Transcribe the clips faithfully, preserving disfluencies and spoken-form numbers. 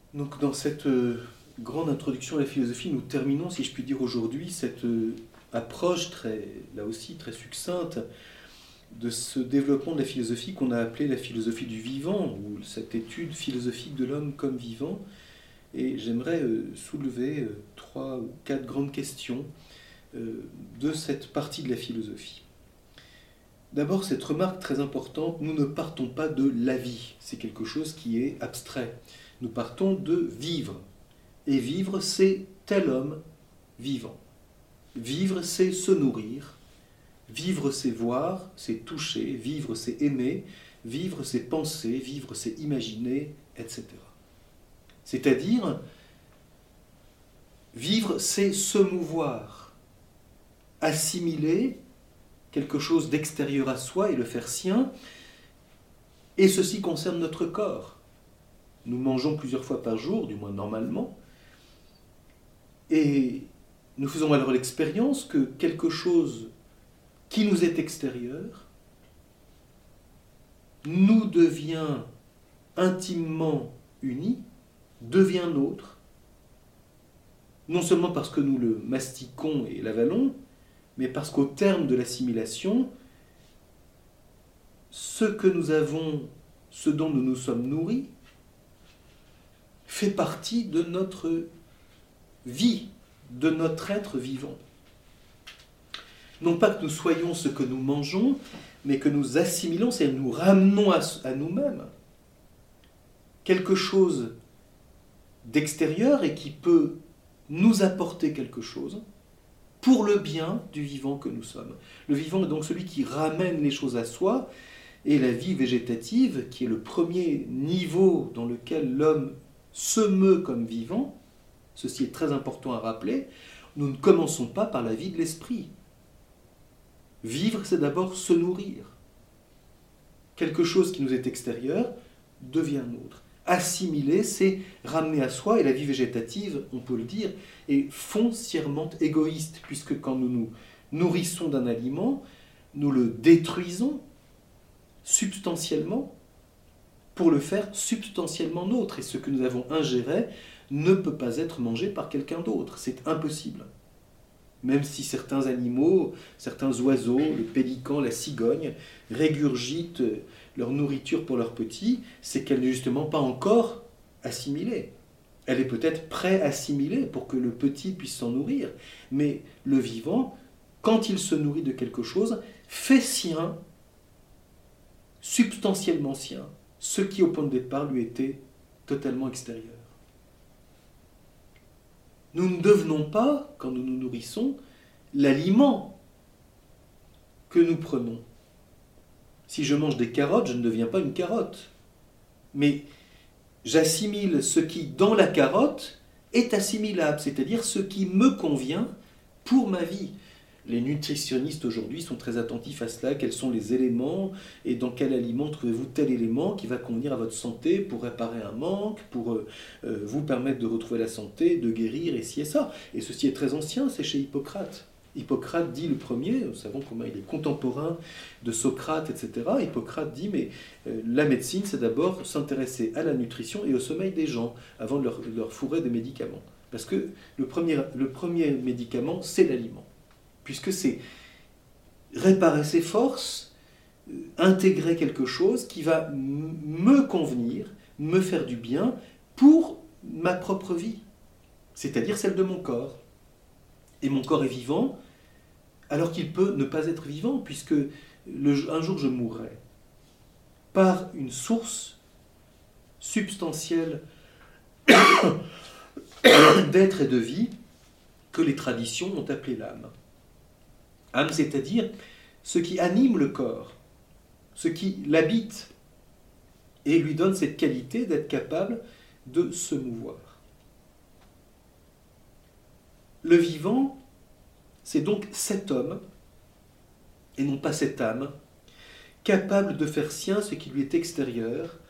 Donc dans cette euh, grande introduction à la philosophie, nous terminons, si je puis dire aujourd'hui, cette euh, approche très, là aussi très succincte de ce développement de la philosophie qu'on a appelé la philosophie du vivant, ou cette étude philosophique de l'homme comme vivant. Et j'aimerais euh, soulever euh, trois ou quatre grandes questions euh, de cette partie de la philosophie. D'abord, cette remarque très importante, nous ne partons pas de la vie, c'est quelque chose qui est abstrait. Nous partons de vivre. Et vivre, c'est tel homme vivant. Vivre, c'est se nourrir. Vivre, c'est voir, c'est toucher. Vivre, c'est aimer. Vivre, c'est penser. Vivre, c'est imaginer, et cetera. C'est-à-dire, vivre, c'est se mouvoir. Assimiler quelque chose d'extérieur à soi et le faire sien. Et ceci concerne notre corps. Nous mangeons plusieurs fois par jour, du moins normalement. Et nous faisons alors l'expérience que quelque chose qui nous est extérieur nous devient intimement uni, devient nôtre, non seulement parce que nous le mastiquons et l'avalons, mais parce qu'au terme de l'assimilation, ce que nous avons, ce dont nous nous sommes nourris, fait partie de notre vie, de notre être vivant. Non pas que nous soyons ce que nous mangeons, mais que nous assimilons, c'est-à-dire nous ramenons à, à nous-mêmes quelque chose d'extérieur et qui peut nous apporter quelque chose pour le bien du vivant que nous sommes. Le vivant est donc celui qui ramène les choses à soi, et la vie végétative, qui est le premier niveau dans lequel l'homme se meut comme vivant, ceci est très important à rappeler, nous ne commençons pas par la vie de l'esprit. Vivre, c'est d'abord se nourrir. Quelque chose qui nous est extérieur devient nôtre. Assimiler, c'est ramener à soi, et la vie végétative, on peut le dire, est foncièrement égoïste, puisque quand nous nous nourrissons d'un aliment, nous le détruisons substantiellement pour le faire substantiellement nôtre. Et ce que nous avons ingéré ne peut pas être mangé par quelqu'un d'autre. C'est impossible. Même si certains animaux, certains oiseaux, le pélican, la cigogne, régurgitent leur nourriture pour leurs petits, c'est qu'elle n'est justement pas encore assimilée. Elle est peut-être pré-assimilée pour que le petit puisse s'en nourrir. Mais le vivant, quand il se nourrit de quelque chose, fait sien, substantiellement sien, ce qui au point de départ lui était totalement extérieur. Nous ne devenons pas, quand nous nous nourrissons, l'aliment que nous prenons. Si je mange des carottes, je ne deviens pas une carotte. Mais j'assimile ce qui, dans la carotte, est assimilable, c'est-à-dire ce qui me convient pour ma vie. Les nutritionnistes aujourd'hui sont très attentifs à cela. Quels sont les éléments et dans quel aliment trouvez-vous tel élément qui va convenir à votre santé pour réparer un manque, pour euh, vous permettre de retrouver la santé, de guérir et ci et ça. Et ceci est très ancien, c'est chez Hippocrate. Hippocrate dit le premier, nous savons comment il est contemporain de Socrate, et cetera. Hippocrate dit, mais euh, la médecine, c'est d'abord s'intéresser à la nutrition et au sommeil des gens avant de leur, de leur fourrer des médicaments. Parce que le premier, le premier médicament, c'est l'aliment. Puisque c'est réparer ses forces, intégrer quelque chose qui va m- me convenir, me faire du bien pour ma propre vie, c'est-à-dire celle de mon corps. Et mon corps est vivant, alors qu'il peut ne pas être vivant, puisque le, un jour je mourrai par une source substantielle d'être et de vie que les traditions ont appelée l'âme. Âme, c'est-à-dire ce qui anime le corps, ce qui l'habite, et lui donne cette qualité d'être capable de se mouvoir. Le vivant, c'est donc cet homme, et non pas cette âme, capable de faire sien ce qui lui est extérieur,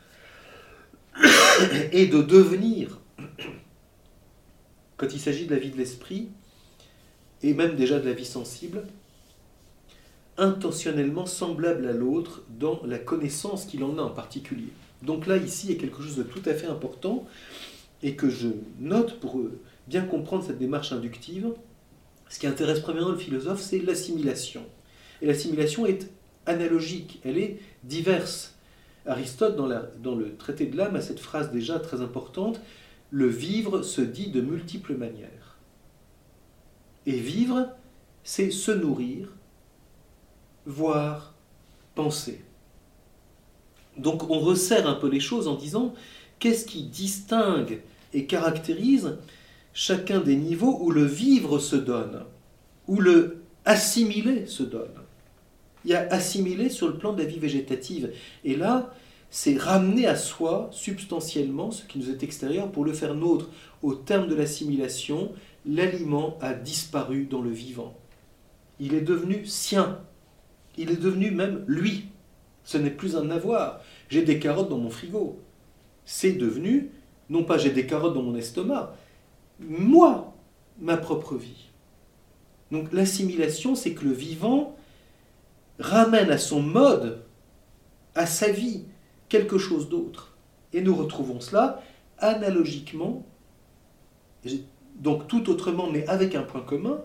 et de devenir, quand il s'agit de la vie de l'esprit, et même déjà de la vie sensible, intentionnellement semblable à l'autre dans la connaissance qu'il en a en particulier. Donc là, ici, il y a quelque chose de tout à fait important, et que je note pour bien comprendre cette démarche inductive, ce qui intéresse premièrement le philosophe, c'est l'assimilation. Et l'assimilation est analogique, elle est diverse. Aristote, dans, la, dans le traité de l'âme, a cette phrase déjà très importante, « Le vivre se dit de multiples manières ». Et vivre, c'est se nourrir, voir, penser. Donc on resserre un peu les choses en disant qu'est-ce qui distingue et caractérise chacun des niveaux où le vivre se donne, où le assimiler se donne. Il y a assimiler sur le plan de la vie végétative. Et là, c'est ramener à soi substantiellement ce qui nous est extérieur pour le faire nôtre. Au terme de l'assimilation, l'aliment a disparu dans le vivant. Il est devenu sien. Il est devenu même lui. Ce n'est plus un avoir. J'ai des carottes dans mon frigo. C'est devenu, non pas j'ai des carottes dans mon estomac, moi, ma propre vie. Donc l'assimilation, c'est que le vivant ramène à son mode, à sa vie, quelque chose d'autre. Et nous retrouvons cela analogiquement, donc tout autrement, mais avec un point commun,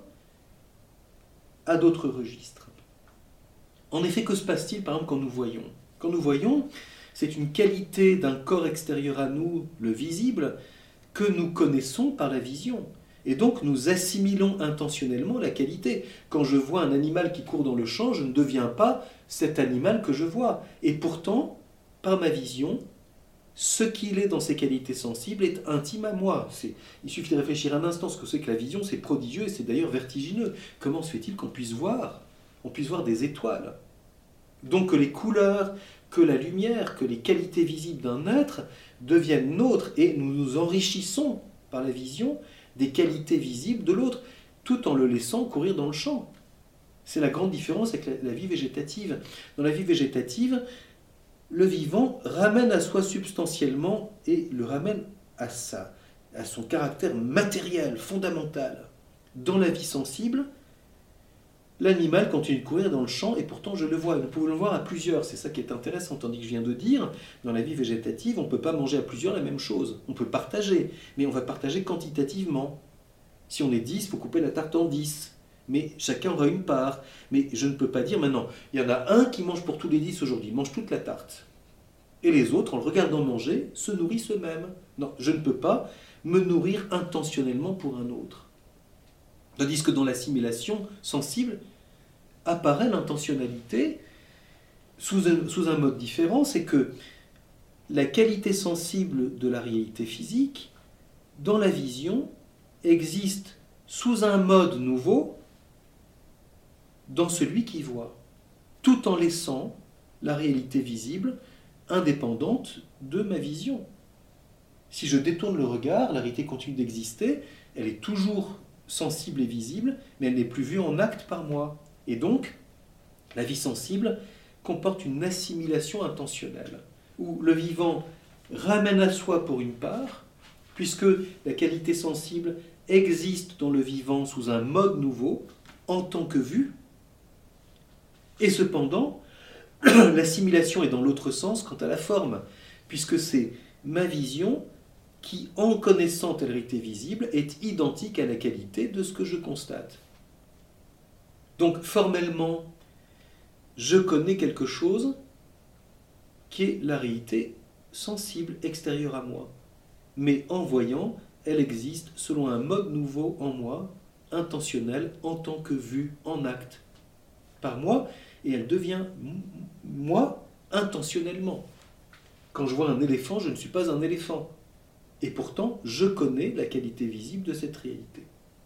à d'autres registres. En effet, que se passe-t-il, par exemple, quand nous voyons ? Quand nous voyons, c'est une qualité d'un corps extérieur à nous, le visible, que nous connaissons par la vision. Et donc, nous assimilons intentionnellement la qualité. Quand je vois un animal qui court dans le champ, je ne deviens pas cet animal que je vois. Et pourtant, par ma vision, ce qu'il est dans ses qualités sensibles est intime à moi. C'est, il suffit de réfléchir un instant ce que c'est que la vision, c'est prodigieux et c'est d'ailleurs vertigineux. Comment se fait-il qu'on puisse voir, on puisse voir des étoiles ? Donc que les couleurs, que la lumière, que les qualités visibles d'un être deviennent nôtres et nous nous enrichissons par la vision des qualités visibles de l'autre, tout en le laissant courir dans le champ. C'est la grande différence avec la, la vie végétative. Dans la vie végétative, le vivant ramène à soi substantiellement et le ramène à, sa, à son caractère matériel, fondamental. Dans la vie sensible, l'animal continue de courir dans le champ et pourtant je le vois. Nous pouvons le voir à plusieurs, c'est ça qui est intéressant. Tandis que je viens de dire, dans la vie végétative, on ne peut pas manger à plusieurs la même chose. On peut partager, mais on va partager quantitativement. Si on est dix, il faut couper la tarte en dix. Mais chacun aura une part. Mais je ne peux pas dire maintenant, il y en a un qui mange pour tous les dix aujourd'hui, il mange toute la tarte. Et les autres, en le regardant manger, se nourrissent eux-mêmes. Non, je ne peux pas me nourrir intentionnellement pour un autre. Tandis que dans l'assimilation sensible, apparaît l'intentionnalité sous un, sous un mode différent, c'est que la qualité sensible de la réalité physique, dans la vision, existe sous un mode nouveau dans celui qui voit, tout en laissant la réalité visible indépendante de ma vision. Si je détourne le regard, la réalité continue d'exister, elle est toujours sensible et visible, mais elle n'est plus vue en acte par moi. Et donc, la vie sensible comporte une assimilation intentionnelle, où le vivant ramène à soi pour une part, puisque la qualité sensible existe dans le vivant sous un mode nouveau, en tant que vue, et cependant, l'assimilation est dans l'autre sens quant à la forme, puisque c'est ma vision qui, en connaissant telle réalité visible, est identique à la qualité de ce que je constate. Donc, formellement, je connais quelque chose qui est la réalité sensible, extérieure à moi. Mais en voyant, elle existe selon un mode nouveau en moi, intentionnel, en tant que vue, en acte, par moi, et elle devient moi intentionnellement. Quand je vois un éléphant, je ne suis pas un éléphant. Et pourtant, je connais la qualité visible de cette réalité.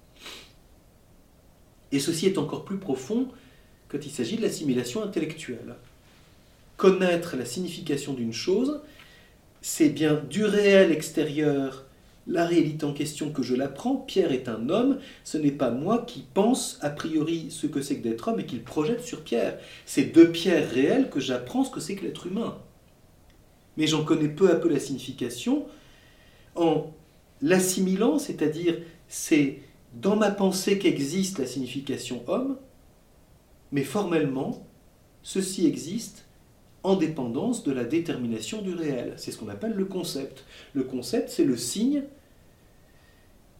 Et ceci est encore plus profond quand il s'agit de l'assimilation intellectuelle. Connaître la signification d'une chose, c'est bien du réel extérieur, la réalité en question que je l'apprends. Pierre est un homme, ce n'est pas moi qui pense a priori ce que c'est que d'être homme et qui le projette sur Pierre. C'est de Pierre réel que j'apprends ce que c'est que l'être humain. Mais j'en connais peu à peu la signification en l'assimilant, c'est-à-dire c'est dans ma pensée qu'existe la signification homme, mais formellement, ceci existe en dépendance de la détermination du réel. C'est ce qu'on appelle le concept. Le concept, c'est le signe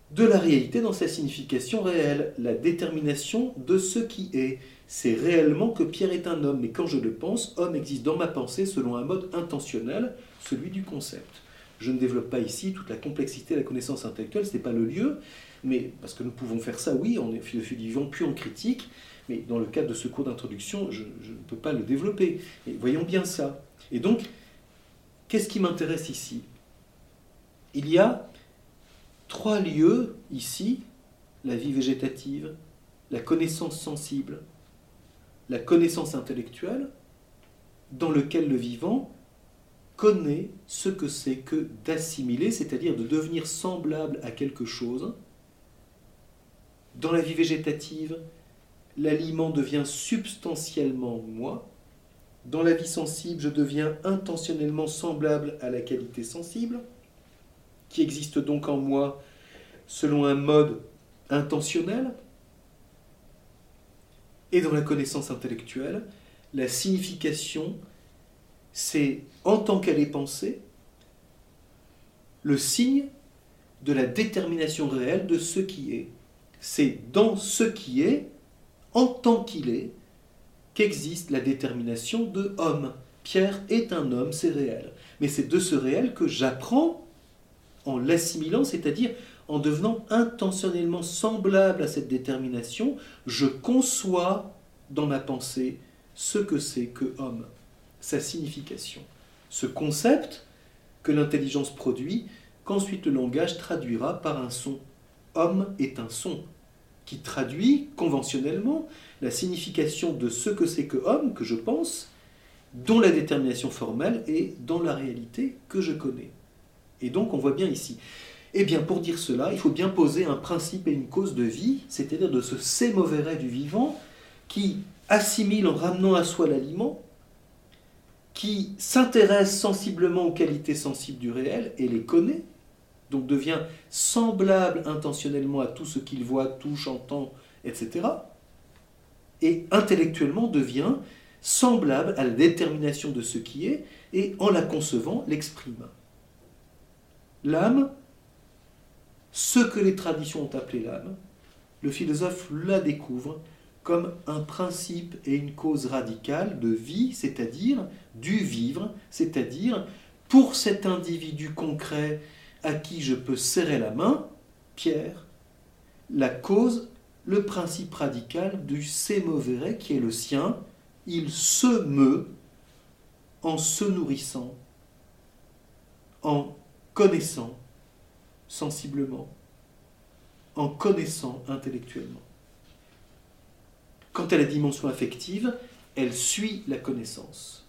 de la réalité dans sa signification réelle, la détermination de ce qui est. C'est réellement que Pierre est un homme, mais quand je le pense, homme existe dans ma pensée selon un mode intentionnel, celui du concept. Je ne développe pas ici toute la complexité de la connaissance intellectuelle, ce n'est pas le lieu, mais parce que nous pouvons faire ça, oui, en philosophie du vivant, puis en critique, mais dans le cadre de ce cours d'introduction, je, je ne peux pas le développer. Et voyons bien ça. Et donc, qu'est-ce qui m'intéresse ici? Il y a trois lieux ici, la vie végétative, la connaissance sensible, la connaissance intellectuelle, dans lequel le vivant connaît ce que c'est que d'assimiler, c'est-à-dire de devenir semblable à quelque chose. Dans la vie végétative, l'aliment devient substantiellement moi. Dans la vie sensible, je deviens intentionnellement semblable à la qualité sensible, qui existe donc en moi selon un mode intentionnel. Et dans la connaissance intellectuelle, la signification, c'est, en tant qu'elle est pensée, le signe de la détermination réelle de ce qui est. C'est dans ce qui est, en tant qu'il est, qu'existe la détermination de homme. Pierre est un homme, c'est réel. Mais c'est de ce réel que j'apprends en l'assimilant, c'est-à-dire en devenant intentionnellement semblable à cette détermination, je conçois dans ma pensée ce que c'est que homme, sa signification. Ce concept que l'intelligence produit, qu'ensuite le langage traduira par un son. Homme est un son qui traduit conventionnellement la signification de ce que c'est que homme, que je pense, dont la détermination formelle est dans la réalité que je connais. Et donc on voit bien ici. Eh bien, pour dire cela, il faut bien poser un principe et une cause de vie, c'est-à-dire de ce sémovere du vivant qui assimile en ramenant à soi l'aliment, qui s'intéresse sensiblement aux qualités sensibles du réel et les connaît, donc devient semblable intentionnellement à tout ce qu'il voit, touche, entend, et cetera, et intellectuellement devient semblable à la détermination de ce qui est, et en la concevant, l'exprime. L'âme, ce que les traditions ont appelé l'âme, le philosophe la découvre comme un principe et une cause radicale de vie, c'est-à-dire du vivre, c'est-à-dire pour cet individu concret à qui je peux serrer la main, Pierre, la cause, le principe radical du sémovere qui est le sien, il se meut en se nourrissant, en connaissant sensiblement, en connaissant intellectuellement. Quant à la dimension affective, elle suit la connaissance.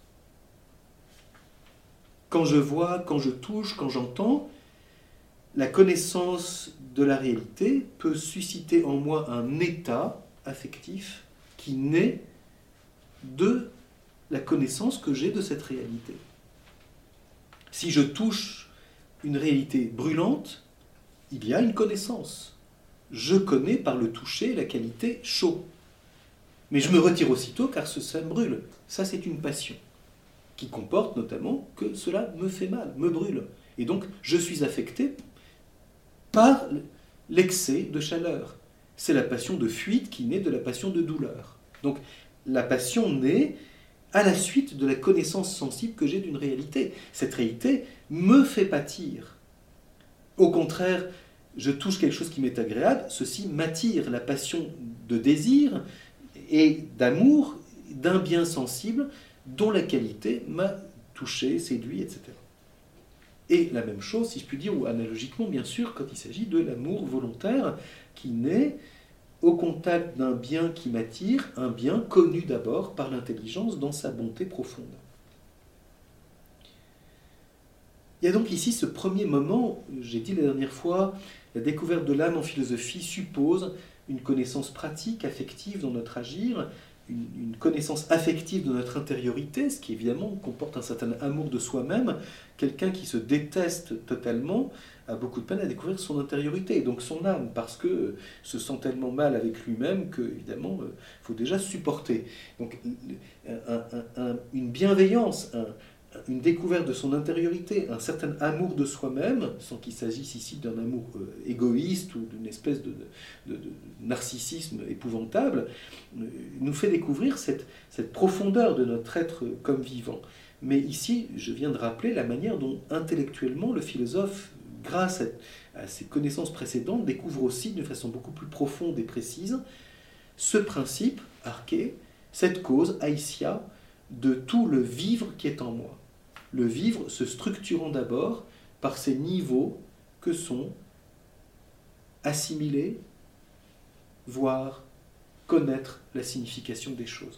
Quand je vois, quand je touche, quand j'entends, la connaissance de la réalité peut susciter en moi un état affectif qui naît de la connaissance que j'ai de cette réalité. Si je touche une réalité brûlante, il y a une connaissance. Je connais par le toucher la qualité chaud. Mais je me retire aussitôt car ça me brûle. Ça, c'est une passion qui comporte notamment que cela me fait mal, me brûle. Et donc, je suis affecté par l'excès de chaleur. C'est la passion de fuite qui naît de la passion de douleur. Donc, la passion naît à la suite de la connaissance sensible que j'ai d'une réalité. Cette réalité me fait pâtir. Au contraire, je touche quelque chose qui m'est agréable, ceci m'attire. La passion de désir et d'amour d'un bien sensible dont la qualité m'a touché, séduit, et cetera. Et la même chose, si je puis dire, ou analogiquement, bien sûr, quand il s'agit de l'amour volontaire qui naît au contact d'un bien qui m'attire, un bien connu d'abord par l'intelligence dans sa bonté profonde. Il y a donc ici ce premier moment, j'ai dit la dernière fois, la découverte de l'âme en philosophie suppose une connaissance pratique, affective dans notre agir, une, une connaissance affective de notre intériorité, ce qui évidemment comporte un certain amour de soi-même. Quelqu'un qui se déteste totalement a beaucoup de peine à découvrir son intériorité, donc son âme, parce que se sent tellement mal avec lui-même que, évidemment, il faut déjà supporter. Donc, un, un, un, une bienveillance, un, une découverte de son intériorité, un certain amour de soi-même, sans qu'il s'agisse ici d'un amour euh, égoïste ou d'une espèce de, de, de narcissisme épouvantable, euh, nous fait découvrir cette, cette profondeur de notre être comme vivant. Mais ici, je viens de rappeler la manière dont intellectuellement le philosophe, grâce à, à ses connaissances précédentes, découvre aussi d'une façon beaucoup plus profonde et précise ce principe, arché, cette cause, aïsia, de tout le vivre qui est en moi. Le vivre se structurant d'abord par ces niveaux que sont assimiler, voir, connaître la signification des choses.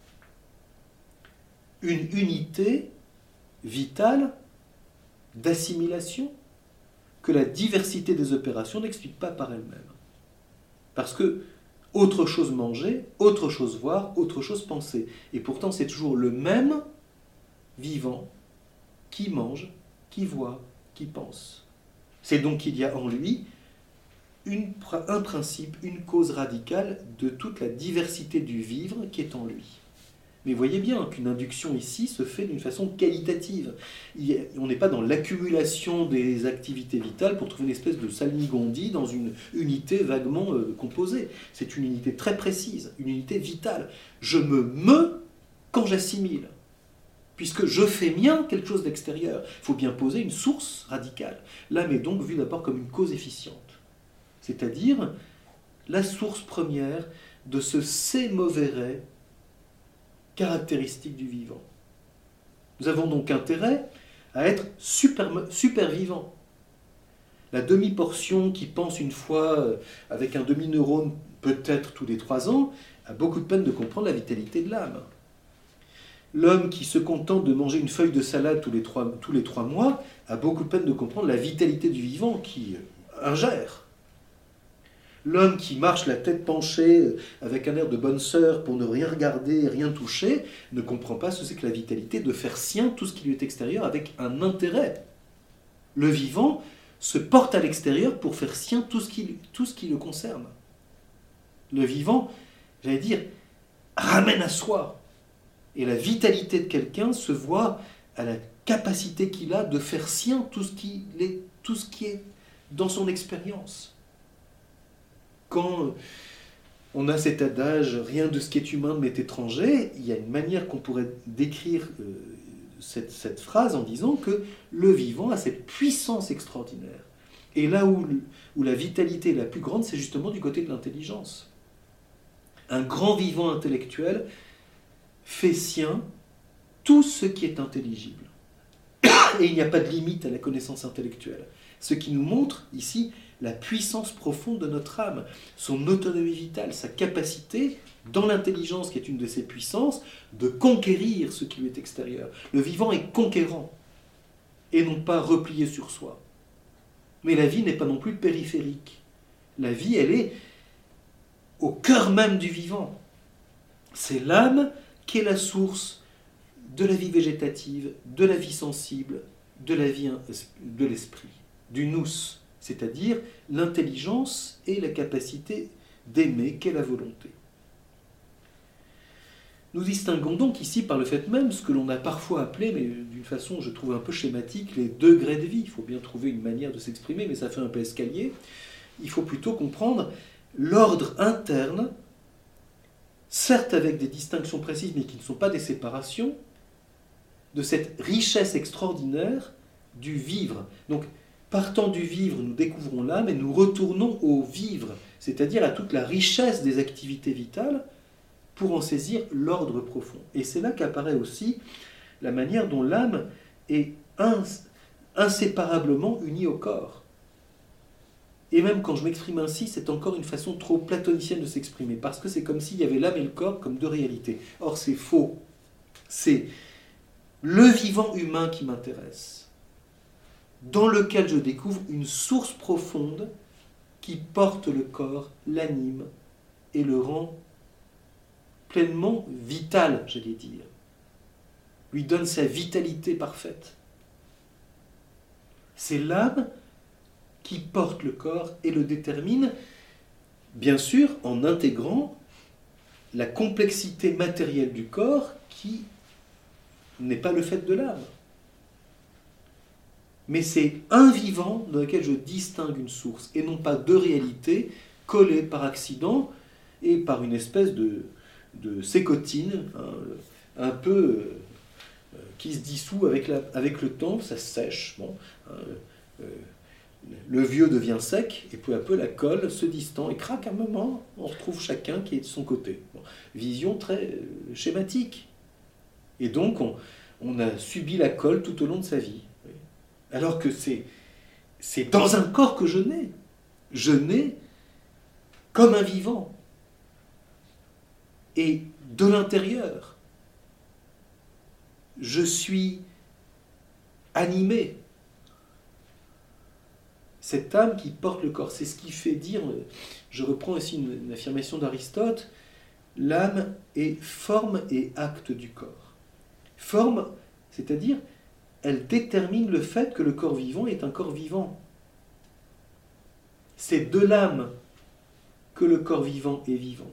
Une unité vitale d'assimilation que la diversité des opérations n'explique pas par elle-même. Parce que autre chose manger, autre chose voir, autre chose penser. Et pourtant, c'est toujours le même vivant qui mange, qui voit, qui pense. C'est donc qu'il y a en lui une, un principe, une cause radicale de toute la diversité du vivre qui est en lui. Mais voyez bien qu'une induction ici se fait d'une façon qualitative. On n'est pas dans l'accumulation des activités vitales pour trouver une espèce de salmigondis dans une unité vaguement euh, composée. C'est une unité très précise, une unité vitale. Je me meus quand j'assimile, puisque je fais mien quelque chose d'extérieur. Il faut bien poser une source radicale. L'âme est donc vue d'abord comme une cause efficiente, c'est-à-dire la source première de ce c'est mauvais ray caractéristique du vivant. Nous avons donc intérêt à être super, super vivant. La demi-portion qui pense une fois avec un demi-neurone peut-être tous les trois ans a beaucoup de peine de comprendre la vitalité de l'âme. L'homme qui se contente de manger une feuille de salade tous les trois, tous les trois mois a beaucoup de peine de comprendre la vitalité du vivant qui ingère. L'homme qui marche la tête penchée avec un air de bonne sœur pour ne rien regarder, rien toucher, ne comprend pas ce que c'est que la vitalité de faire sien tout ce qui lui est extérieur avec un intérêt. Le vivant se porte à l'extérieur pour faire sien tout ce qui, tout ce qui le concerne. Le vivant, j'allais dire, ramène à soi. Et la vitalité de quelqu'un se voit à la capacité qu'il a de faire sien tout ce qui est, tout ce qui est dans son expérience. Quand on a cet adage « rien de ce qui est humain ne m'est étranger », il y a une manière qu'on pourrait décrire euh, cette, cette phrase en disant que le vivant a cette puissance extraordinaire. Et là où, où la vitalité est la plus grande, c'est justement du côté de l'intelligence. Un grand vivant intellectuel fait sien tout ce qui est intelligible. Et il n'y a pas de limite à la connaissance intellectuelle. Ce qui nous montre ici la puissance profonde de notre âme, son autonomie vitale, sa capacité, dans l'intelligence qui est une de ses puissances, de conquérir ce qui lui est extérieur. Le vivant est conquérant, et non pas replié sur soi. Mais la vie n'est pas non plus périphérique. La vie, elle est au cœur même du vivant. C'est l'âme qui est la source de la vie végétative, de la vie sensible, de la vie de l'esprit, du nous, c'est-à-dire l'intelligence et la capacité d'aimer qu'est la volonté. Nous distinguons donc ici par le fait même ce que l'on a parfois appelé, mais d'une façon je trouve un peu schématique, les degrés de vie. Il faut bien trouver une manière de s'exprimer, mais ça fait un peu escalier. Il faut plutôt comprendre l'ordre interne, certes avec des distinctions précises, mais qui ne sont pas des séparations, de cette richesse extraordinaire du vivre. Donc, partant du vivre, nous découvrons l'âme et nous retournons au vivre, c'est-à-dire à toute la richesse des activités vitales, pour en saisir l'ordre profond. Et c'est là qu'apparaît aussi la manière dont l'âme est ins- inséparablement unie au corps. Et même quand je m'exprime ainsi, c'est encore une façon trop platonicienne de s'exprimer, parce que c'est comme s'il y avait l'âme et le corps comme deux réalités. Or, c'est faux. C'est le vivant humain qui m'intéresse, dans lequel je découvre une source profonde qui porte le corps, l'anime et le rend pleinement vital, j'allais dire, lui donne sa vitalité parfaite. C'est l'âme qui porte le corps et le détermine, bien sûr en intégrant la complexité matérielle du corps qui n'est pas le fait de l'âme. mais c'est un vivant dans lequel je distingue une source, et non pas deux réalités collées par accident et par une espèce de, de sécotine, hein, un peu euh, qui se dissout avec, la, avec le temps, ça sèche. Bon, hein, euh, le vieux devient sec, et peu à peu la colle se distend, et craque un moment, on retrouve chacun qui est de son côté. Bon, vision très euh, schématique. Et donc, on, on a subi la colle tout au long de sa vie. Alors que c'est, c'est dans un corps que je nais. Je nais comme un vivant. Et de l'intérieur, je suis animé. Cette âme qui porte le corps, c'est ce qui fait dire, je reprends ici une, une affirmation d'Aristote, l'âme est forme et acte du corps. Forme, c'est-à-dire, elle détermine le fait que le corps vivant est un corps vivant. C'est de l'âme que le corps vivant est vivant,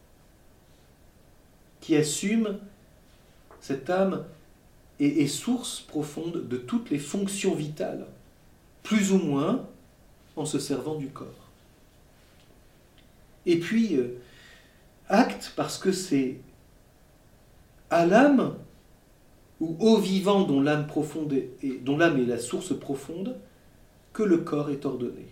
qui assume, cette âme est, est source profonde de toutes les fonctions vitales, plus ou moins en se servant du corps. Et puis, euh, acte parce que c'est à l'âme ou au vivant dont l'âme profonde est, dont l'âme est la source profonde, que le corps est ordonné.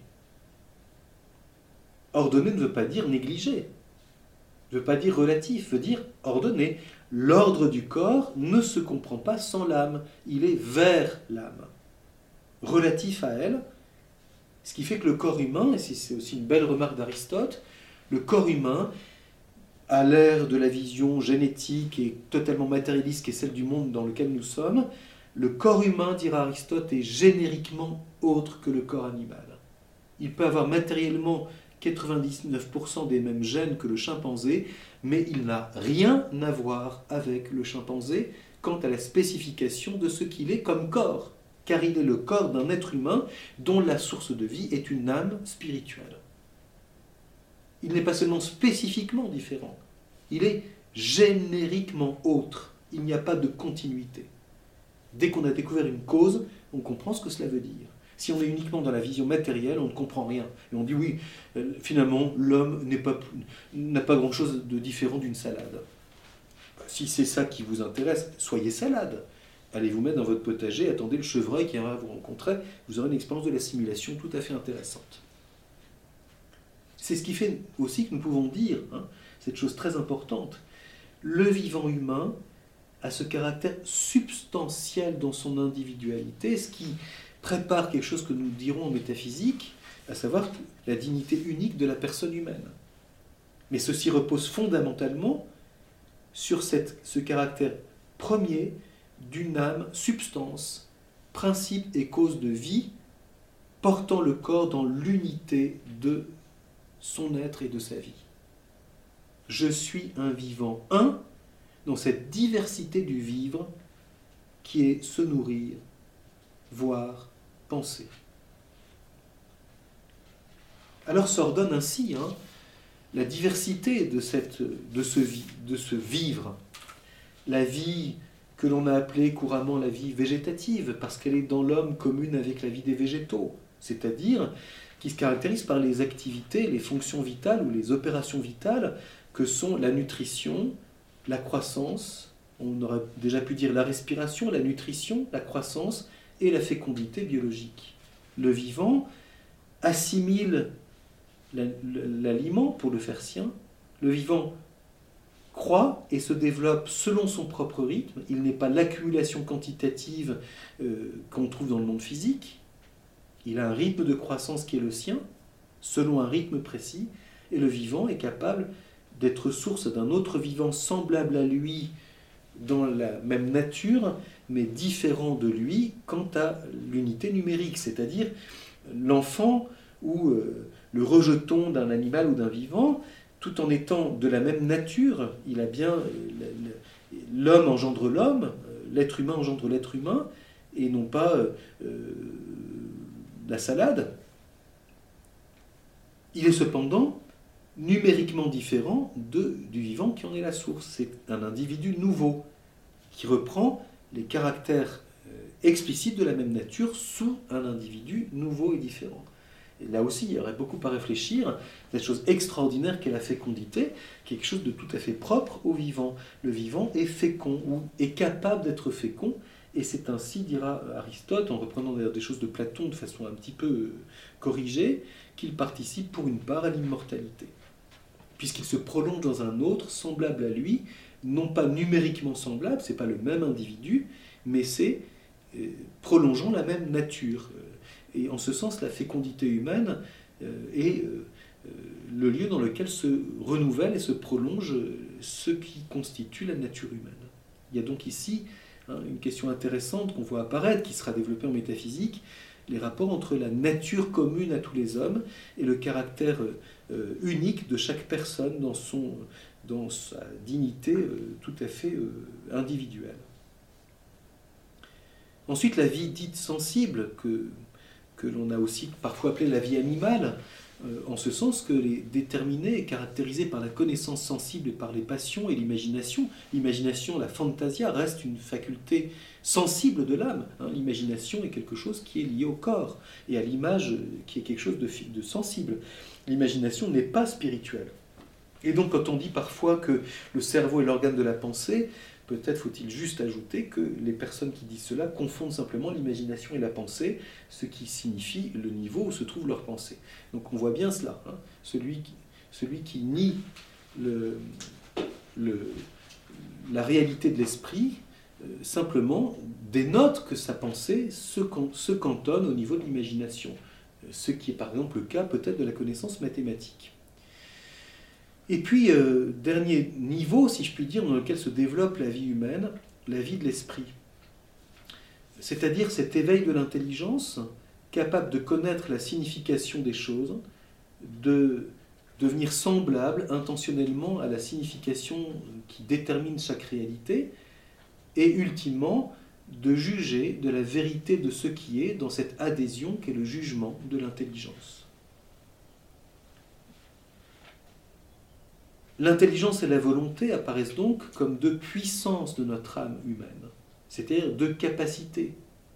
Ordonné ne veut pas dire négligé, ne veut pas dire relatif, veut dire ordonné. L'ordre du corps ne se comprend pas sans l'âme, il est vers l'âme, relatif à elle, ce qui fait que le corps humain, et c'est aussi une belle remarque d'Aristote, le corps humain, à l'ère de la vision génétique et totalement matérialiste qui est celle du monde dans lequel nous sommes, le corps humain, dira Aristote, est génériquement autre que le corps animal. Il peut avoir matériellement quatre-vingt-dix-neuf pour cent des mêmes gènes que le chimpanzé, mais il n'a rien à voir avec le chimpanzé quant à la spécification de ce qu'il est comme corps, car il est le corps d'un être humain dont la source de vie est une âme spirituelle. Il n'est pas seulement spécifiquement différent, il est génériquement autre. Il n'y a pas de continuité. Dès qu'on a découvert une cause, on comprend ce que cela veut dire. Si on est uniquement dans la vision matérielle, on ne comprend rien. Et on dit oui, euh, finalement, l'homme n'est pas, n'a pas grand-chose de différent d'une salade. Si c'est ça qui vous intéresse, soyez salade. Allez vous mettre dans votre potager, attendez le chevreuil qui va vous rencontrer, vous aurez une expérience de l'assimilation tout à fait intéressante. C'est ce qui fait aussi que nous pouvons dire, hein, cette chose très importante, le vivant humain a ce caractère substantiel dans son individualité, ce qui prépare quelque chose que nous dirons en métaphysique, à savoir la dignité unique de la personne humaine. Mais ceci repose fondamentalement sur cette, ce caractère premier d'une âme, substance, principe et cause de vie, portant le corps dans l'unité de son être et de sa vie. Je suis un vivant un, dans cette diversité du vivre qui est se nourrir, voir, penser. Alors s'ordonne ainsi hein, la diversité de, cette, de, ce, de ce vivre, la vie que l'on a appelée couramment la vie végétative, parce qu'elle est dans l'homme commune avec la vie des végétaux, c'est-à-dire qui se caractérise par les activités, les fonctions vitales ou les opérations vitales que sont la nutrition, la croissance, on aurait déjà pu dire la respiration, la nutrition, la croissance et la fécondité biologique. Le vivant assimile l'aliment pour le faire sien, le vivant croît et se développe selon son propre rythme, il n'est pas l'accumulation quantitative euh, qu'on trouve dans le monde physique, il a un rythme de croissance qui est le sien, selon un rythme précis, et le vivant est capable d'être source d'un autre vivant semblable à lui dans la même nature, mais différent de lui quant à l'unité numérique, c'est-à-dire l'enfant ou euh, le rejeton d'un animal ou d'un vivant, tout en étant de la même nature, il a bien euh, l'homme engendre l'homme, l'être humain engendre l'être humain, et non pas euh, la salade. Il est cependant numériquement différent de, du vivant qui en est la source. C'est un individu nouveau qui reprend les caractères explicite de la même nature sous un individu nouveau et différent. Et là aussi, il y aurait beaucoup à réfléchir, cette chose extraordinaire qu'est la fécondité, quelque chose de tout à fait propre au vivant. Le vivant est fécond, ou est capable d'être fécond, et c'est ainsi, dira Aristote, en reprenant d'ailleurs des choses de Platon de façon un petit peu corrigée, qu'il participe pour une part à l'immortalité, puisqu'il se prolonge dans un autre, semblable à lui, non pas numériquement semblable, c'est pas le même individu, mais c'est euh, prolongeant la même nature. Et en ce sens, la fécondité humaine euh, est euh, le lieu dans lequel se renouvelle et se prolonge ce qui constitue la nature humaine. Il y a donc ici hein, une question intéressante qu'on voit apparaître, qui sera développée en métaphysique, les rapports entre la nature commune à tous les hommes et le caractère euh, unique de chaque personne dans, son, dans sa dignité euh, tout à fait euh, individuelle. Ensuite, la vie dite sensible, que, que l'on a aussi parfois appelée la vie animale, euh, en ce sens qu'elle est déterminée et caractérisée par la connaissance sensible et par les passions et l'imagination. L'imagination, la fantasia, reste une faculté sensible de l'âme. Hein. L'imagination est quelque chose qui est lié au corps et à l'image qui est quelque chose de, de sensible. L'imagination n'est pas spirituelle. Et donc quand on dit parfois que le cerveau est l'organe de la pensée, peut-être faut-il juste ajouter que les personnes qui disent cela confondent simplement l'imagination et la pensée, ce qui signifie le niveau où se trouve leur pensée. Donc on voit bien cela. Hein. Celui, qui, celui qui nie le, le, la réalité de l'esprit, euh, simplement dénote que sa pensée se, se cantonne au niveau de l'imagination, ce qui est par exemple le cas peut-être de la connaissance mathématique. Et puis, euh, dernier niveau, si je puis dire, dans lequel se développe la vie humaine, la vie de l'esprit. C'est-à-dire cet éveil de l'intelligence, capable de connaître la signification des choses, de devenir semblable intentionnellement à la signification qui détermine chaque réalité, et ultimement, de juger de la vérité de ce qui est dans cette adhésion qu'est le jugement de l'intelligence. L'intelligence et la volonté apparaissent donc comme deux puissances de notre âme humaine, c'est-à-dire deux capacités.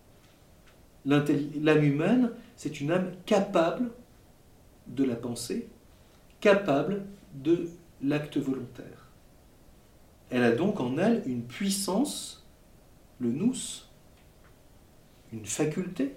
L'âme humaine, c'est une âme capable de la pensée, capable de l'acte volontaire. Elle a donc en elle une puissance, le nous, une faculté.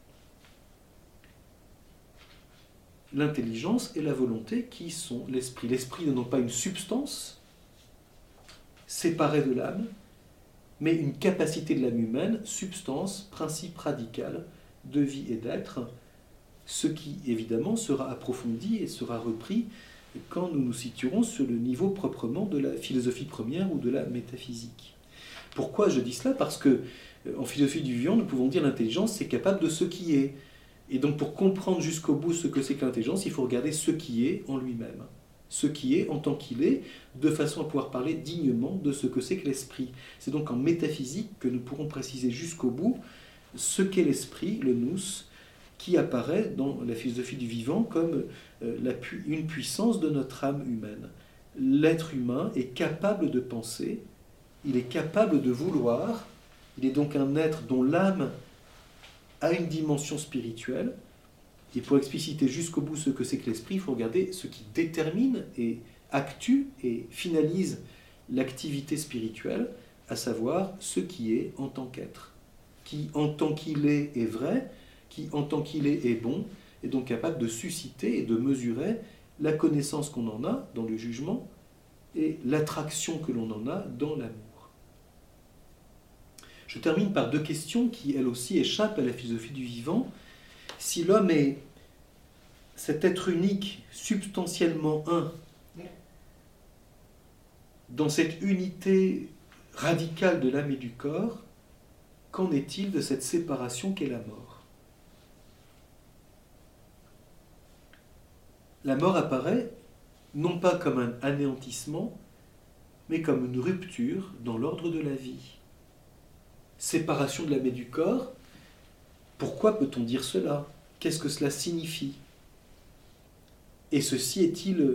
L'intelligence et la volonté qui sont l'esprit. L'esprit n'est donc pas une substance séparée de l'âme, mais une capacité de l'âme humaine, substance, principe radical de vie et d'être, ce qui évidemment sera approfondi et sera repris quand nous nous situerons sur le niveau proprement de la philosophie première ou de la métaphysique. Pourquoi je dis cela ? Parce que en philosophie du vivant, nous pouvons dire l'intelligence, c'est capable de ce qui est. Et donc pour comprendre jusqu'au bout ce que c'est que l'intelligence, il faut regarder ce qui est en lui-même. Ce qui est en tant qu'il est, de façon à pouvoir parler dignement de ce que c'est que l'esprit. C'est donc en métaphysique que nous pourrons préciser jusqu'au bout ce qu'est l'esprit, le nous, qui apparaît dans la philosophie du vivant comme une puissance de notre âme humaine. L'être humain est capable de penser, il est capable de vouloir, il est donc un être dont l'âme à une dimension spirituelle, et pour expliciter jusqu'au bout ce que c'est que l'esprit, il faut regarder ce qui détermine et actue et finalise l'activité spirituelle, à savoir ce qui est en tant qu'être, qui en tant qu'il est est vrai, qui en tant qu'il est est bon, est donc capable de susciter et de mesurer la connaissance qu'on en a dans le jugement et l'attraction que l'on en a dans l'amour. Je termine par deux questions qui, elles aussi, échappent à la philosophie du vivant. Si l'homme est cet être unique, substantiellement un, dans cette unité radicale de l'âme et du corps, qu'en est-il de cette séparation qu'est la mort ? La mort apparaît non pas comme un anéantissement, mais comme une rupture dans l'ordre de la vie. Séparation de l'âme et du corps, pourquoi peut-on dire cela ? Qu'est-ce que cela signifie ? Et ceci est-il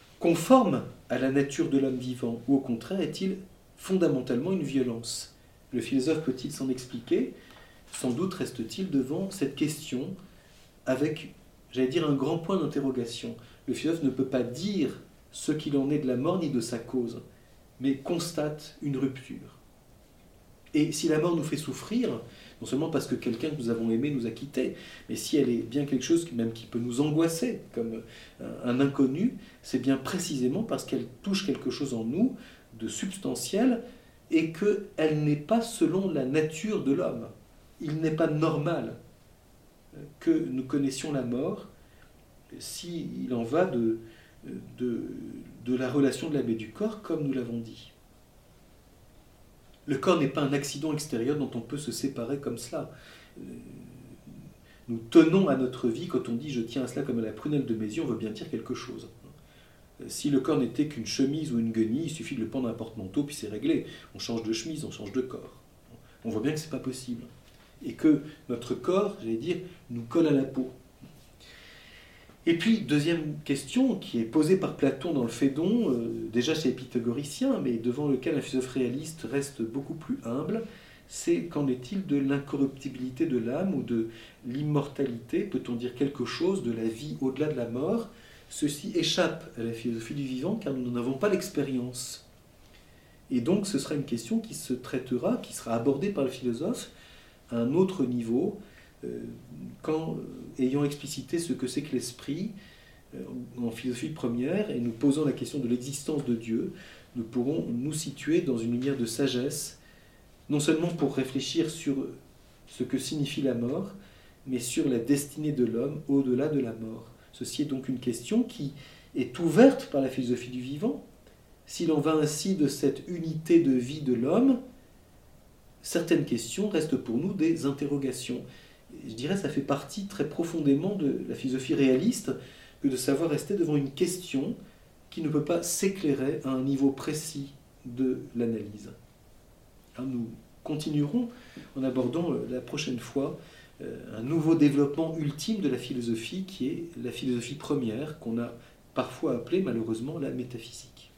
conforme à la nature de l'homme vivant, ou au contraire est-il fondamentalement une violence ? Le philosophe peut-il s'en expliquer? Sans doute reste-t-il devant cette question avec, j'allais dire, un grand point d'interrogation. Le philosophe ne peut pas dire ce qu'il en est de la mort ni de sa cause, mais constate une rupture. Et si la mort nous fait souffrir, non seulement parce que quelqu'un que nous avons aimé nous a quittés, mais si elle est bien quelque chose même qui peut nous angoisser, comme un inconnu, c'est bien précisément parce qu'elle touche quelque chose en nous de substantiel et qu'elle n'est pas selon la nature de l'homme. Il n'est pas normal que nous connaissions la mort s'il en va de, de, de la relation de l'âme et du corps, comme nous l'avons dit. Le corps n'est pas un accident extérieur dont on peut se séparer comme cela. Nous tenons à notre vie, quand on dit « je tiens à cela comme à la prunelle de mes yeux », on veut bien dire quelque chose. Si le corps n'était qu'une chemise ou une guenille, il suffit de le pendre à un porte-manteau, puis c'est réglé. On change de chemise, on change de corps. On voit bien que ce n'est pas possible. Et que notre corps, j'allais dire, nous colle à la peau. Et puis, deuxième question, qui est posée par Platon dans le Phédon, euh, déjà chez les pythagoriciens, mais devant lequel un philosophe réaliste reste beaucoup plus humble, c'est qu'en est-il de l'incorruptibilité de l'âme ou de l'immortalité? Peut-on dire quelque chose de la vie au-delà de la mort? Ceci échappe à la philosophie du vivant car nous n'en avons pas l'expérience. Et donc ce sera une question qui se traitera, qui sera abordée par le philosophe à un autre niveau, euh, quand, euh, ayant explicité ce que c'est que l'esprit, euh, en philosophie première, et nous posant la question de l'existence de Dieu, nous pourrons nous situer dans une lumière de sagesse, non seulement pour réfléchir sur ce que signifie la mort, mais sur la destinée de l'homme au-delà de la mort. Ceci est donc une question qui est ouverte par la philosophie du vivant. S'il en va ainsi de cette unité de vie de l'homme, certaines questions restent pour nous des interrogations. Je dirais que ça fait partie très profondément de la philosophie réaliste que de savoir rester devant une question qui ne peut pas s'éclairer à un niveau précis de l'analyse. Alors nous continuerons en abordant la prochaine fois un nouveau développement ultime de la philosophie qui est la philosophie première qu'on a parfois appelée malheureusement la métaphysique.